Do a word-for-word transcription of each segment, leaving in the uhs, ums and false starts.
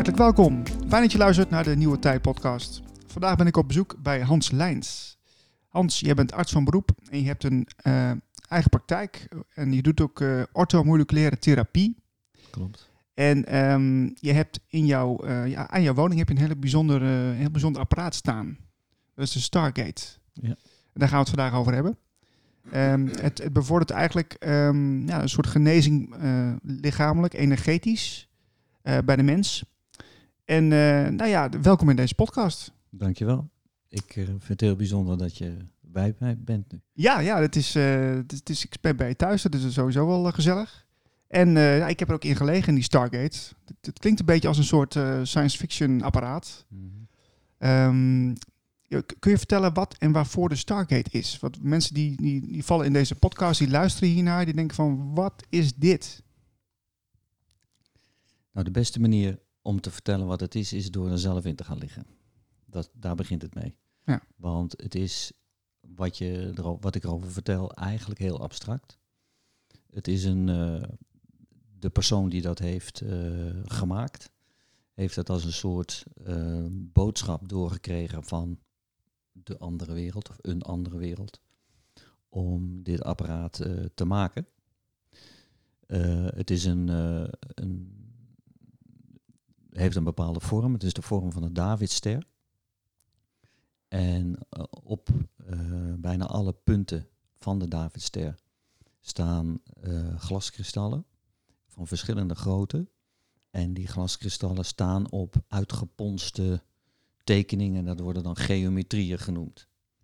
Hartelijk welkom. Fijn dat je luistert naar de Nieuwe Tijd podcast. Vandaag ben ik op bezoek bij Hans Lijns. Hans, jij bent arts van beroep en je hebt een uh, eigen praktijk. En je doet ook uh, orthomoleculaire therapie. Klopt. En um, je hebt in jouw, uh, ja, aan jouw woning heb je een hele bijzonder, uh, een heel bijzonder apparaat staan. Dat is de Stargate. Ja. En daar gaan we het vandaag over hebben. Um, het, het bevordert eigenlijk um, ja, een soort genezing uh, lichamelijk, energetisch uh, bij de mens. En uh, nou ja, welkom in deze podcast. Dankjewel. Ik uh, vind het heel bijzonder dat je bij mij bent nu. Ja, ja het is, uh, het is, het is, ik ben bij je thuis, dat is sowieso wel uh, gezellig. En uh, ja, ik heb er ook in gelegen in die Stargate. Het, het klinkt een beetje als een soort uh, science fiction apparaat. Mm-hmm. Um, kun je vertellen wat en waarvoor de Stargate is? Want mensen die, die, die vallen in deze podcast, die luisteren hiernaar, die denken van, wat is dit? Nou, de beste manier om te vertellen wat het is, is door er zelf in te gaan liggen. Dat, daar begint het mee. Ja. Want het is, wat, je er, wat ik erover vertel, eigenlijk heel abstract. Het is een, uh, de persoon die dat heeft uh, gemaakt, heeft dat als een soort uh, boodschap doorgekregen van de andere wereld, of een andere wereld, om dit apparaat uh, te maken. Uh, het is een, uh, een, heeft een bepaalde vorm. Het is de vorm van een Davidster. En uh, op uh, bijna alle punten van de Davidster staan uh, glaskristallen van verschillende grootte. En die glaskristallen staan op uitgeponste tekeningen, dat worden dan geometrieën genoemd.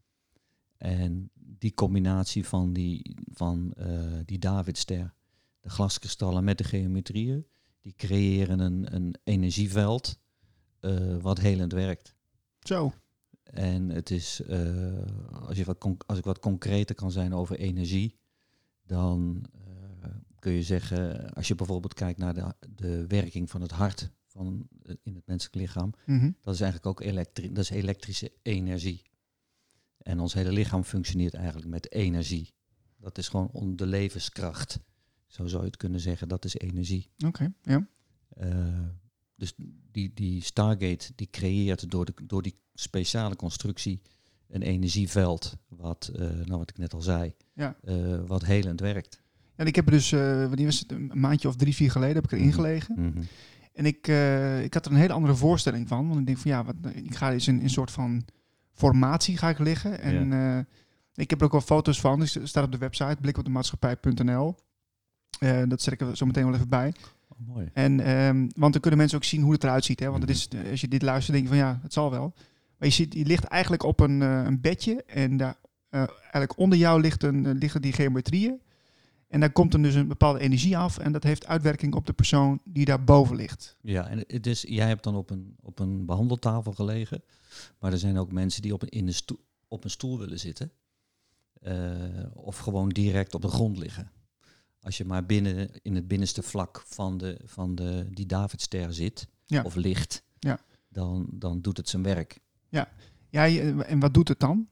En die combinatie van die, van, uh, die Davidster, de glaskristallen met de geometrieën, die creëren een, een energieveld uh, wat helend werkt. Zo. En het is, uh, als, je wat con- als ik wat concreter kan zijn over energie, dan uh, kun je zeggen, als je bijvoorbeeld kijkt naar de, de werking van het hart van uh, in het menselijk lichaam, Mm-hmm. dat is eigenlijk ook elektri- dat is elektrische energie. En ons hele lichaam functioneert eigenlijk met energie. Dat is gewoon de levenskracht. Zo zou je het kunnen zeggen, dat is energie. Oké, okay, ja. Uh, dus die, die Stargate die creëert door, de, door die speciale constructie een energieveld, wat, uh, nou wat ik net al zei, ja. uh, wat helend werkt. En ik heb er dus, uh, wanneer was het, een maandje of drie, vier geleden heb ik erin gelegen. Mm-hmm. En ik, uh, ik had er een hele andere voorstelling van. Want ik denk van ja, wat, ik ga eens in een soort van formatie ga ik liggen. En ja. uh, ik heb er ook wel foto's van. Dus het staat op de website blik op de maatschappij punt n l. Uh, dat zet ik er zo meteen wel even bij. Oh, mooi. En, um, want dan kunnen mensen ook zien hoe het eruit ziet. Hè? Want mm-hmm. het is, als je dit luistert, denk je van ja, het zal wel. Maar je, ziet, je ligt eigenlijk op een, uh, een bedje. En daar, uh, eigenlijk onder jou ligt een, uh, liggen die geometrieën. En daar komt dan dus een bepaalde energie af. En dat heeft uitwerking op de persoon die daarboven ligt. Ja, en het is, jij hebt dan op een, op een behandeltafel gelegen. Maar er zijn ook mensen die op een, in de stoel, op een stoel willen zitten. Uh, of gewoon direct op de grond liggen. Als je maar binnen in het binnenste vlak van, de, van de, die Davidster zit, ja. of ligt, ja. dan, dan doet het zijn werk. Ja. ja, en wat doet het dan?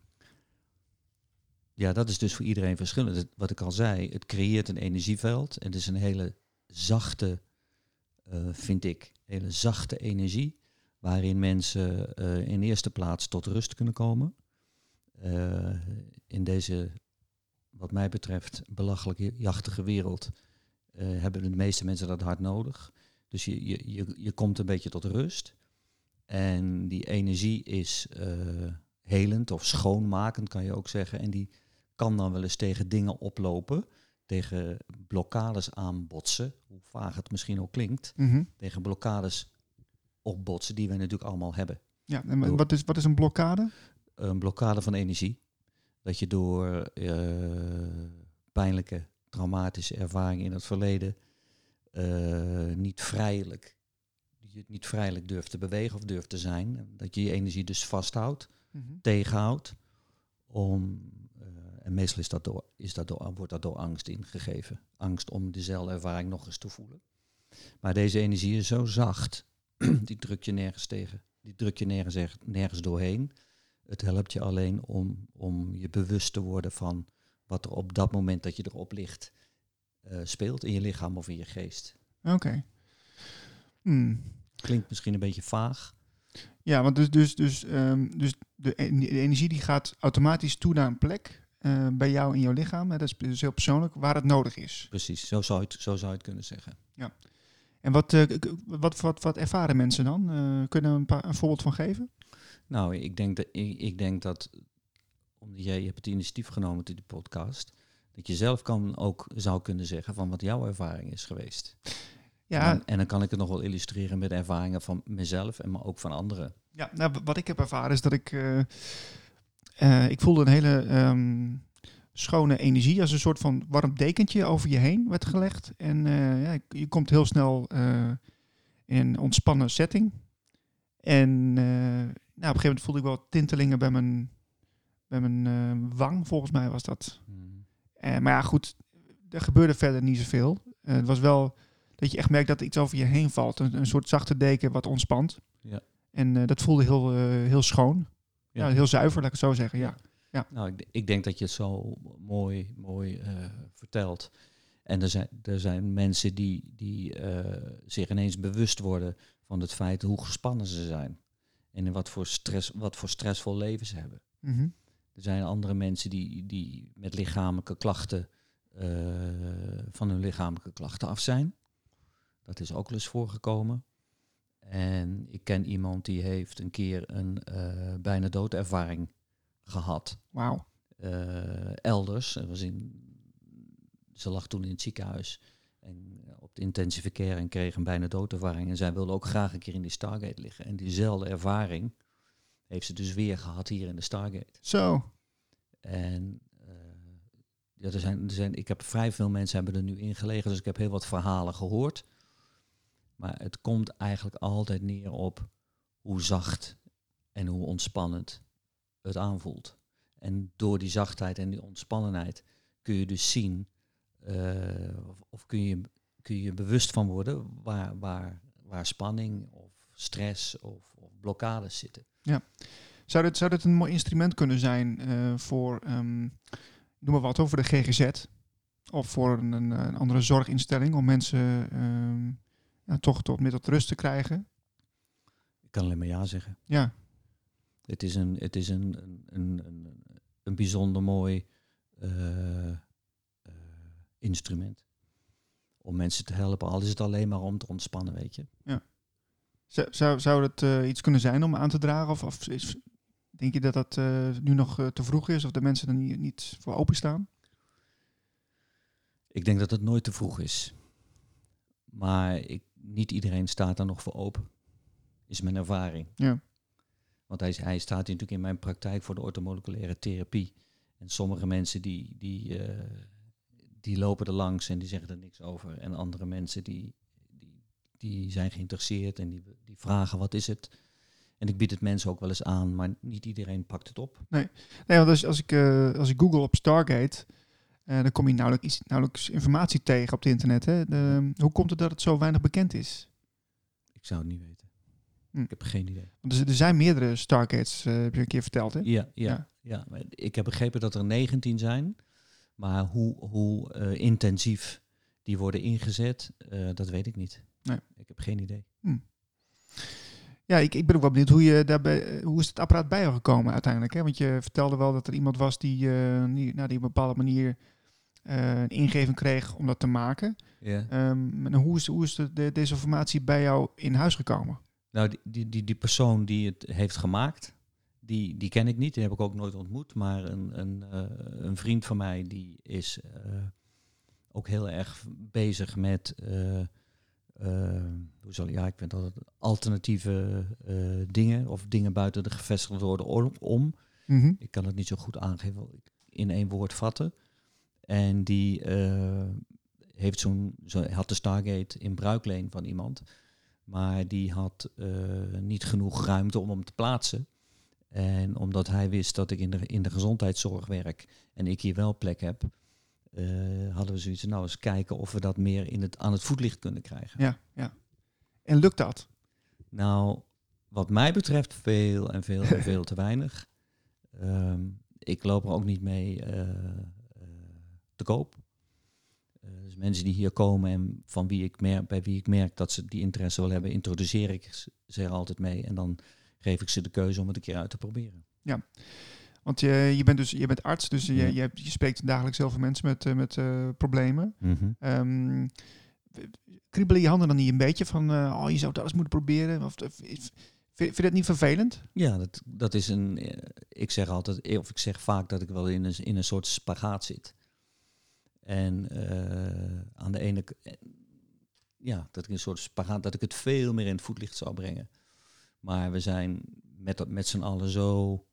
Ja, dat is dus voor iedereen verschillend. Het, wat ik al zei, het creëert een energieveld. En het is een hele zachte, uh, vind ik, hele zachte energie. Waarin mensen uh, in eerste plaats tot rust kunnen komen. Uh, in deze, wat mij betreft, belachelijk jachtige wereld uh, hebben de meeste mensen dat hard nodig. Dus je, je, je, je komt een beetje tot rust. En die energie is uh, helend of schoonmakend, kan je ook zeggen. En die kan dan wel eens tegen dingen oplopen, tegen blokkades aanbotsen, hoe vaag het misschien ook klinkt, mm-hmm. tegen blokkades opbotsen die wij natuurlijk allemaal hebben. Ja, en door, wat, is, wat is een blokkade? Een blokkade van energie. Dat je door uh, pijnlijke, traumatische ervaringen in het verleden uh, niet vrijelijk, je niet vrijelijk durft te bewegen of durft te zijn. Dat je je energie dus vasthoudt, mm-hmm. tegenhoudt. Om, uh, en meestal is dat door, is dat door, wordt dat door angst ingegeven. Angst om dezelfde ervaring nog eens te voelen. Maar deze energie is zo zacht, die druk je nergens tegen. Die druk je nergens, nergens doorheen. Het helpt je alleen om, om je bewust te worden van wat er op dat moment dat je erop ligt uh, speelt in je lichaam of in je geest. Oké. Okay. Hmm. Klinkt misschien een beetje vaag. Ja, want dus, dus, dus, um, dus de, de energie die gaat automatisch toe naar een plek uh, bij jou in jouw lichaam. Hè, dat is dus heel persoonlijk, waar het nodig is. Precies, zo zou je het, zo zou je het kunnen zeggen. Ja. En wat, uh, wat, wat, wat ervaren mensen dan? Uh, kunnen we een, paar, een voorbeeld van geven? Nou, ik denk dat, ik, ik denk dat omdat jij je hebt het initiatief genomen tot die podcast, dat je zelf kan ook zou kunnen zeggen van wat jouw ervaring is geweest. Ja. En, dan, en dan kan ik het nog wel illustreren met ervaringen van mezelf en maar ook van anderen. Ja, nou, wat ik heb ervaren is dat ik... Uh, uh, ik voelde een hele um, schone energie, als een soort van warm dekentje over je heen werd gelegd. En uh, ja, je komt heel snel uh, in een ontspannen setting. En uh, nou, op een gegeven moment voelde ik wel tintelingen bij mijn, bij mijn uh, wang, volgens mij was dat. Hmm. Uh, maar ja, goed, er gebeurde verder niet zoveel. Uh, het was wel dat je echt merkt dat er iets over je heen valt. Een, een soort zachte deken wat ontspant. Ja. En uh, dat voelde heel, uh, heel schoon. Ja. Ja, heel zuiver, laat ik het zo zeggen. Ja. Ja. Nou, ik, ik denk dat je het zo mooi, mooi uh, vertelt. En er zijn, er zijn mensen die, die uh, zich ineens bewust worden van het feit hoe gespannen ze zijn. En in wat voor, stress, wat voor stressvol leven ze hebben. Mm-hmm. Er zijn andere mensen die, die met lichamelijke klachten uh, van hun lichamelijke klachten af zijn. Dat is ook wel eens voorgekomen. En ik ken iemand die heeft een keer een uh, bijna doodervaring gehad. Wauw. Uh, elders. Was in, ze lag toen in het ziekenhuis en op de intensive care en kreeg een bijna doodervaring. En zij wilde ook graag een keer in die Stargate liggen. En diezelfde ervaring heeft ze dus weer gehad hier in de Stargate. Zo. En uh, ja, er zijn, er zijn, ik heb vrij veel mensen hebben er nu in gelegen, dus ik heb heel wat verhalen gehoord. Maar het komt eigenlijk altijd neer op hoe zacht en hoe ontspannend het aanvoelt. En door die zachtheid en die ontspannenheid kun je dus zien, uh, of, of kun je kun je bewust van worden waar, waar, waar spanning of stress of, of blokkades zitten. Ja. Zou dit, zou dit een mooi instrument kunnen zijn uh, voor, um, noem maar wat, voor de G G Z of voor een, een andere zorginstelling om mensen um, ja, toch tot meer tot rust te krijgen? Ik kan alleen maar ja zeggen. Ja. Het is een, het is een, een, een, een, een bijzonder mooi uh, uh, instrument om mensen te helpen. Al is het alleen maar om te ontspannen, weet je. Ja. Zou, zou, zou het uh, iets kunnen zijn om aan te dragen? Of, of is, denk je dat dat uh, nu nog uh, te vroeg is? Of de mensen er niet, niet voor openstaan? Ik denk dat het nooit te vroeg is. Maar ik, niet iedereen staat daar nog voor open. Is mijn ervaring. Ja. Want hij, hij staat hier natuurlijk in mijn praktijk voor de orthomoleculaire therapie. En sommige mensen die, die, uh, die lopen er langs en die zeggen er niks over. En andere mensen die, die, die zijn geïnteresseerd en die, die vragen wat is het. En ik bied het mensen ook wel eens aan, maar niet iedereen pakt het op. Nee, nee want als, als, ik, uh, als ik google op Stargate, uh, dan kom je nauwelijks, nauwelijks informatie tegen op het internet. Hè? De, hoe komt het dat het zo weinig bekend is? Ik zou het niet weten. Hm. Ik heb geen idee. Want er, er zijn meerdere Stargates, uh, heb je een keer verteld, hè? Ja, ja, ja. ja. Ik heb begrepen dat er negentien zijn. Maar hoe, hoe uh, intensief die worden ingezet, uh, dat weet ik niet. Nee. Ik heb geen idee. Hm. Ja, ik, ik ben ook wel benieuwd hoe je daarbij, hoe is het apparaat bij jou gekomen uiteindelijk? Hè? Want je vertelde wel dat er iemand was die, uh, die, nou, die op een bepaalde manier uh, een ingeving kreeg om dat te maken. Ja. Um, en hoe is, hoe is de, de, deze informatie bij jou in huis gekomen? Nou, die, die, die, die persoon die het heeft gemaakt, die, die ken ik niet. Die heb ik ook nooit ontmoet. Maar een, een, uh, een vriend van mij die is uh, ook heel erg bezig met... Uh, Uh, hoe zal, ja, ik vind dat alternatieve uh, dingen of dingen buiten de gevestigde orde om. Mm-hmm. Ik kan het niet zo goed aangeven, in één woord vatten. En die uh, heeft zo'n, zo, had de Stargate in bruikleen van iemand, maar die had uh, niet genoeg ruimte om hem te plaatsen. En omdat hij wist dat ik in de, in de gezondheidszorg werk en ik hier wel plek heb, Uh, hadden we zoiets, nou eens kijken of we dat meer in het, aan het voetlicht kunnen krijgen. Ja, ja. En lukt dat? Nou, wat mij betreft veel en veel en veel te weinig. Um, ik loop er ook niet mee uh, uh, te koop. Uh, dus mensen die hier komen en van wie ik merk, bij wie ik merk dat ze die interesse willen hebben, introduceer ik ze er altijd mee. En dan geef ik ze de keuze om het een keer uit te proberen. Ja, want je, je bent dus je bent arts, dus je, Ja. je, hebt, je spreekt dagelijks heel veel mensen met, uh, met uh, problemen. Mm-hmm. Um, kriebelen je handen dan niet een beetje van, uh, oh, je zou dat eens moeten proberen? Of, of, vind, vind je dat niet vervelend? Ja, dat, dat is een. Ik zeg altijd, of ik zeg vaak dat ik wel in een, in een soort spagaat zit. En uh, aan de ene kant, ja, dat ik een soort spagaat, dat ik het veel meer in het voetlicht zou brengen. Maar we zijn met, dat, met z'n allen zo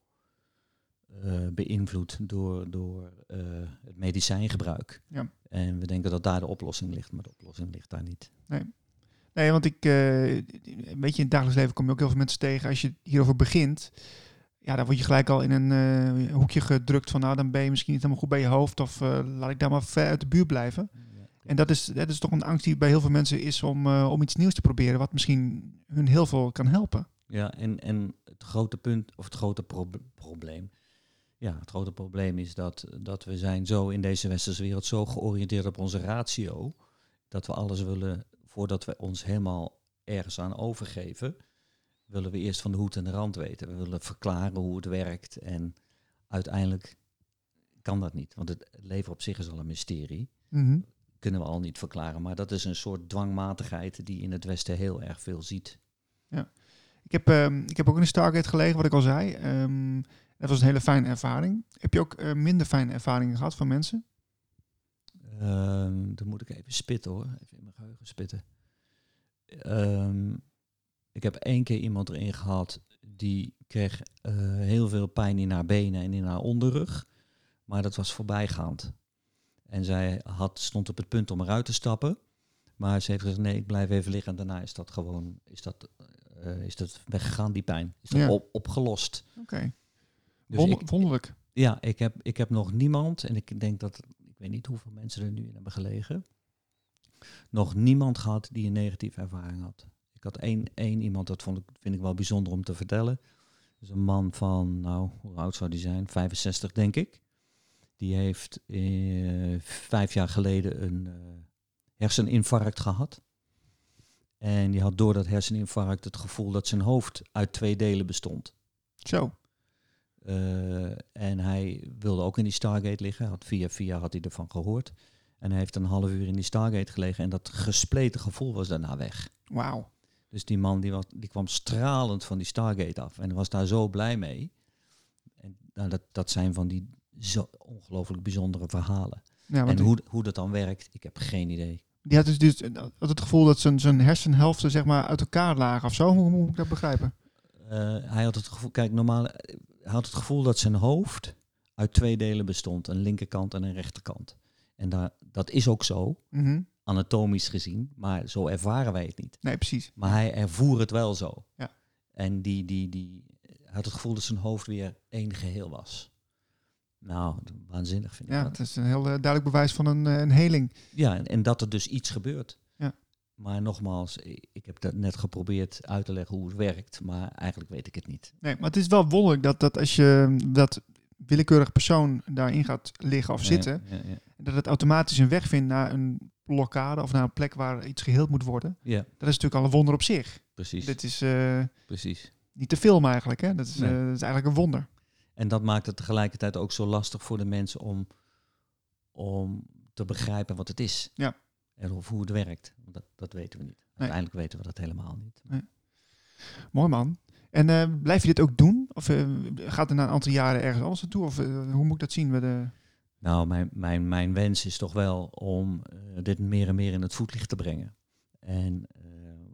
uh, beïnvloed door, door uh, het medicijngebruik. Ja. En we denken dat daar de oplossing ligt, maar de oplossing ligt daar niet. Nee, nee want ik, uh, weet je, in het dagelijks leven kom je ook heel veel mensen tegen. Als je hierover begint, ja, dan word je gelijk al in een uh, hoekje gedrukt van, nou, dan ben je misschien niet helemaal goed bij je hoofd, of uh, laat ik daar maar ver uit de buurt blijven. Ja. En dat is, dat is toch een angst die bij heel veel mensen is om, uh, om iets nieuws te proberen, wat misschien hun heel veel kan helpen. Ja, en, en het grote punt, of het grote pro- probleem, ja, het grote probleem is dat, dat we zijn zo in deze westerse wereld zo georiënteerd op onze ratio, dat we alles willen, voordat we ons helemaal ergens aan overgeven, willen we eerst van de hoed en de rand weten. We willen verklaren hoe het werkt en uiteindelijk kan dat niet, want het leven op zich is al een mysterie. Mm-hmm. Kunnen we al niet verklaren, maar dat is een soort dwangmatigheid die in het Westen heel erg veel ziet. Ja, ik heb, um, ik heb ook in de Stargate gelegen, wat ik al zei. Um, dat was een hele fijne ervaring. Heb je ook uh, minder fijne ervaringen gehad van mensen? Um, dan moet ik even spitten hoor, even in mijn geheugen spitten. Um, ik heb één keer iemand erin gehad die kreeg uh, heel veel pijn in haar benen en in haar onderrug, maar dat was voorbijgaand. En zij had, stond op het punt om eruit te stappen, maar ze heeft gezegd nee, ik blijf even liggen. En daarna is dat gewoon, is dat, uh, is dat weggegaan, die pijn. Is dat ja. op, opgelost. Oké. Okay. Dus Wonder, ik, wonderlijk. Ja, ik heb, ik heb nog niemand, en ik denk dat, ik weet niet hoeveel mensen er nu in hebben gelegen, nog niemand gehad die een negatieve ervaring had. Ik had één, één iemand, dat vond ik, vind ik wel bijzonder om te vertellen. Dus een man van, nou, hoe oud zou die zijn? vijfenzestig denk ik. Die heeft uh, vijf jaar geleden een uh, herseninfarct gehad. En die had door dat herseninfarct het gevoel dat zijn hoofd uit twee delen bestond. Zo. Uh, en hij wilde ook in die Stargate liggen. Had via via had hij ervan gehoord. En hij heeft een half uur in die Stargate gelegen. En dat gespleten gevoel was daarna weg. Wauw. Dus die man die, was, die kwam stralend van die Stargate af. En was daar zo blij mee. En nou, dat, dat zijn van die zo ongelooflijk bijzondere verhalen. Ja, en hoe, hoe dat dan werkt, ik heb geen idee. Die had dus, dus had het gevoel dat zijn, zijn hersenhelften zeg maar uit elkaar lagen of zo. Hoe, hoe moet ik dat begrijpen? Uh, hij had het gevoel, kijk, normaal, hij had het gevoel dat zijn hoofd uit twee delen bestond. Een linkerkant en een rechterkant. En daar, dat is ook zo, mm-hmm. anatomisch gezien, maar zo ervaren wij het niet. Nee, precies. Maar hij ervoer het wel zo. Ja. En die, die, die had het gevoel dat zijn hoofd weer één geheel was. Nou, waanzinnig vind ik ja, dat. Ja, het is een heel uh, duidelijk bewijs van een, uh, een heling. Ja, en, en dat er dus iets gebeurt. Ja. Maar nogmaals, ik heb dat net geprobeerd uit te leggen hoe het werkt, maar eigenlijk weet ik het niet. Nee, maar het is wel wonderlijk dat, dat als je dat willekeurig persoon daarin gaat liggen of ja, zitten, ja, ja. dat het automatisch een weg vindt naar een blokkade of naar een plek waar iets geheeld moet worden. Ja. Dat is natuurlijk al een wonder op zich. Precies. Dit is uh, Precies. niet te filmen eigenlijk, hè? Dat is, nee. uh, dat is eigenlijk een wonder. En dat maakt het tegelijkertijd ook zo lastig voor de mensen om, om te begrijpen wat het is. Ja. En of hoe het werkt. Dat, dat weten we niet. Uiteindelijk nee. weten we dat helemaal niet. Nee. Mooi man. En uh, blijf je dit ook doen? Of uh, gaat er na een aantal jaren ergens anders naartoe? Of uh, hoe moet ik dat zien? Met de... Nou, mijn, mijn, mijn wens is toch wel om uh, dit meer en meer in het voetlicht te brengen. En uh,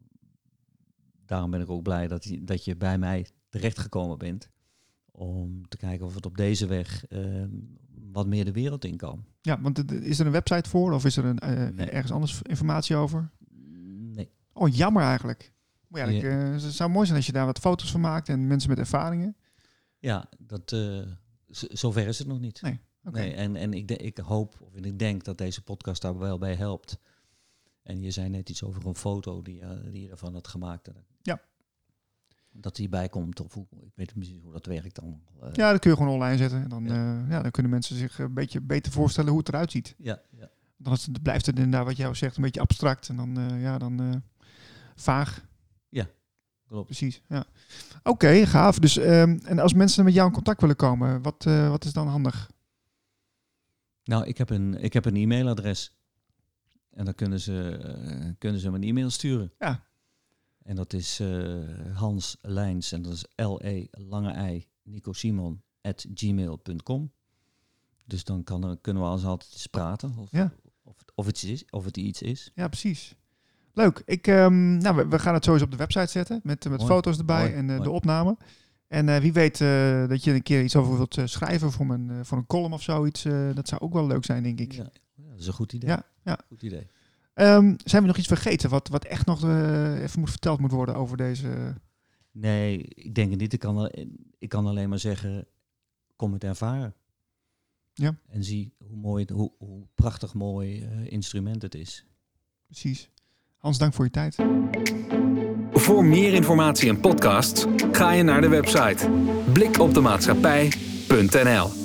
daarom ben ik ook blij dat je, dat je bij mij terechtgekomen bent. Om te kijken of het op deze weg uh, wat meer de wereld in kan. Ja, want is er een website voor? Of is er een, uh, nee. ergens anders informatie over? Nee. Oh, jammer eigenlijk. Maar ja, ja. Uh, het zou mooi zijn als je daar wat foto's van maakt en mensen met ervaringen. Ja, dat, uh, z- zover is het nog niet. Nee, okay. nee En, en ik, de, ik hoop, of ik denk dat deze podcast daar wel bij helpt. En je zei net iets over een foto die, uh, die je ervan had gemaakt. Ja. Dat die bij komt, of hoe, ik weet niet hoe dat werkt dan. Uh, ja, dat kun je gewoon online zetten. En dan, ja. Uh, ja, dan kunnen mensen zich een beetje beter voorstellen hoe het eruit ziet. Ja, ja. Dan is het, blijft het inderdaad wat jou zegt een beetje abstract en dan, uh, ja, dan uh, vaag. Ja, klopt. Precies, ja. Oké, okay, gaaf. Dus, um, en als mensen met jou in contact willen komen, wat, uh, wat is dan handig? Nou, ik heb een, ik heb een e-mailadres. En dan kunnen ze, uh, kunnen ze me een e-mail sturen. Ja. En dat is uh, Hans Lijns, en dat is L-E, lange I, Nico Simon, at gmail punt com. Dus dan kan, kunnen we als altijd eens praten. Of, ja. of, of, het is, of het iets is. Ja, precies. Leuk. Ik, um, nou, we, we gaan het sowieso op de website zetten. Met, met foto's erbij Mooi. en uh, de opname. En uh, wie weet uh, dat je een keer iets over wilt uh, schrijven voor een, uh, voor een column of zoiets. Uh, dat zou ook wel leuk zijn, denk ik. Ja, ja, dat is een goed idee. Ja, ja. Goed idee. Um, zijn we nog iets vergeten wat, wat echt nog uh, even moet verteld moet worden over deze... Nee, ik denk het niet. Ik kan, ik kan alleen maar zeggen, kom het ervaren. Ja. En zie hoe mooi, hoe, hoe prachtig mooi uh, instrument het is. Precies. Hans, dank voor je tijd. Voor meer informatie en podcasts ga je naar de website blik op de maatschappij punt n l.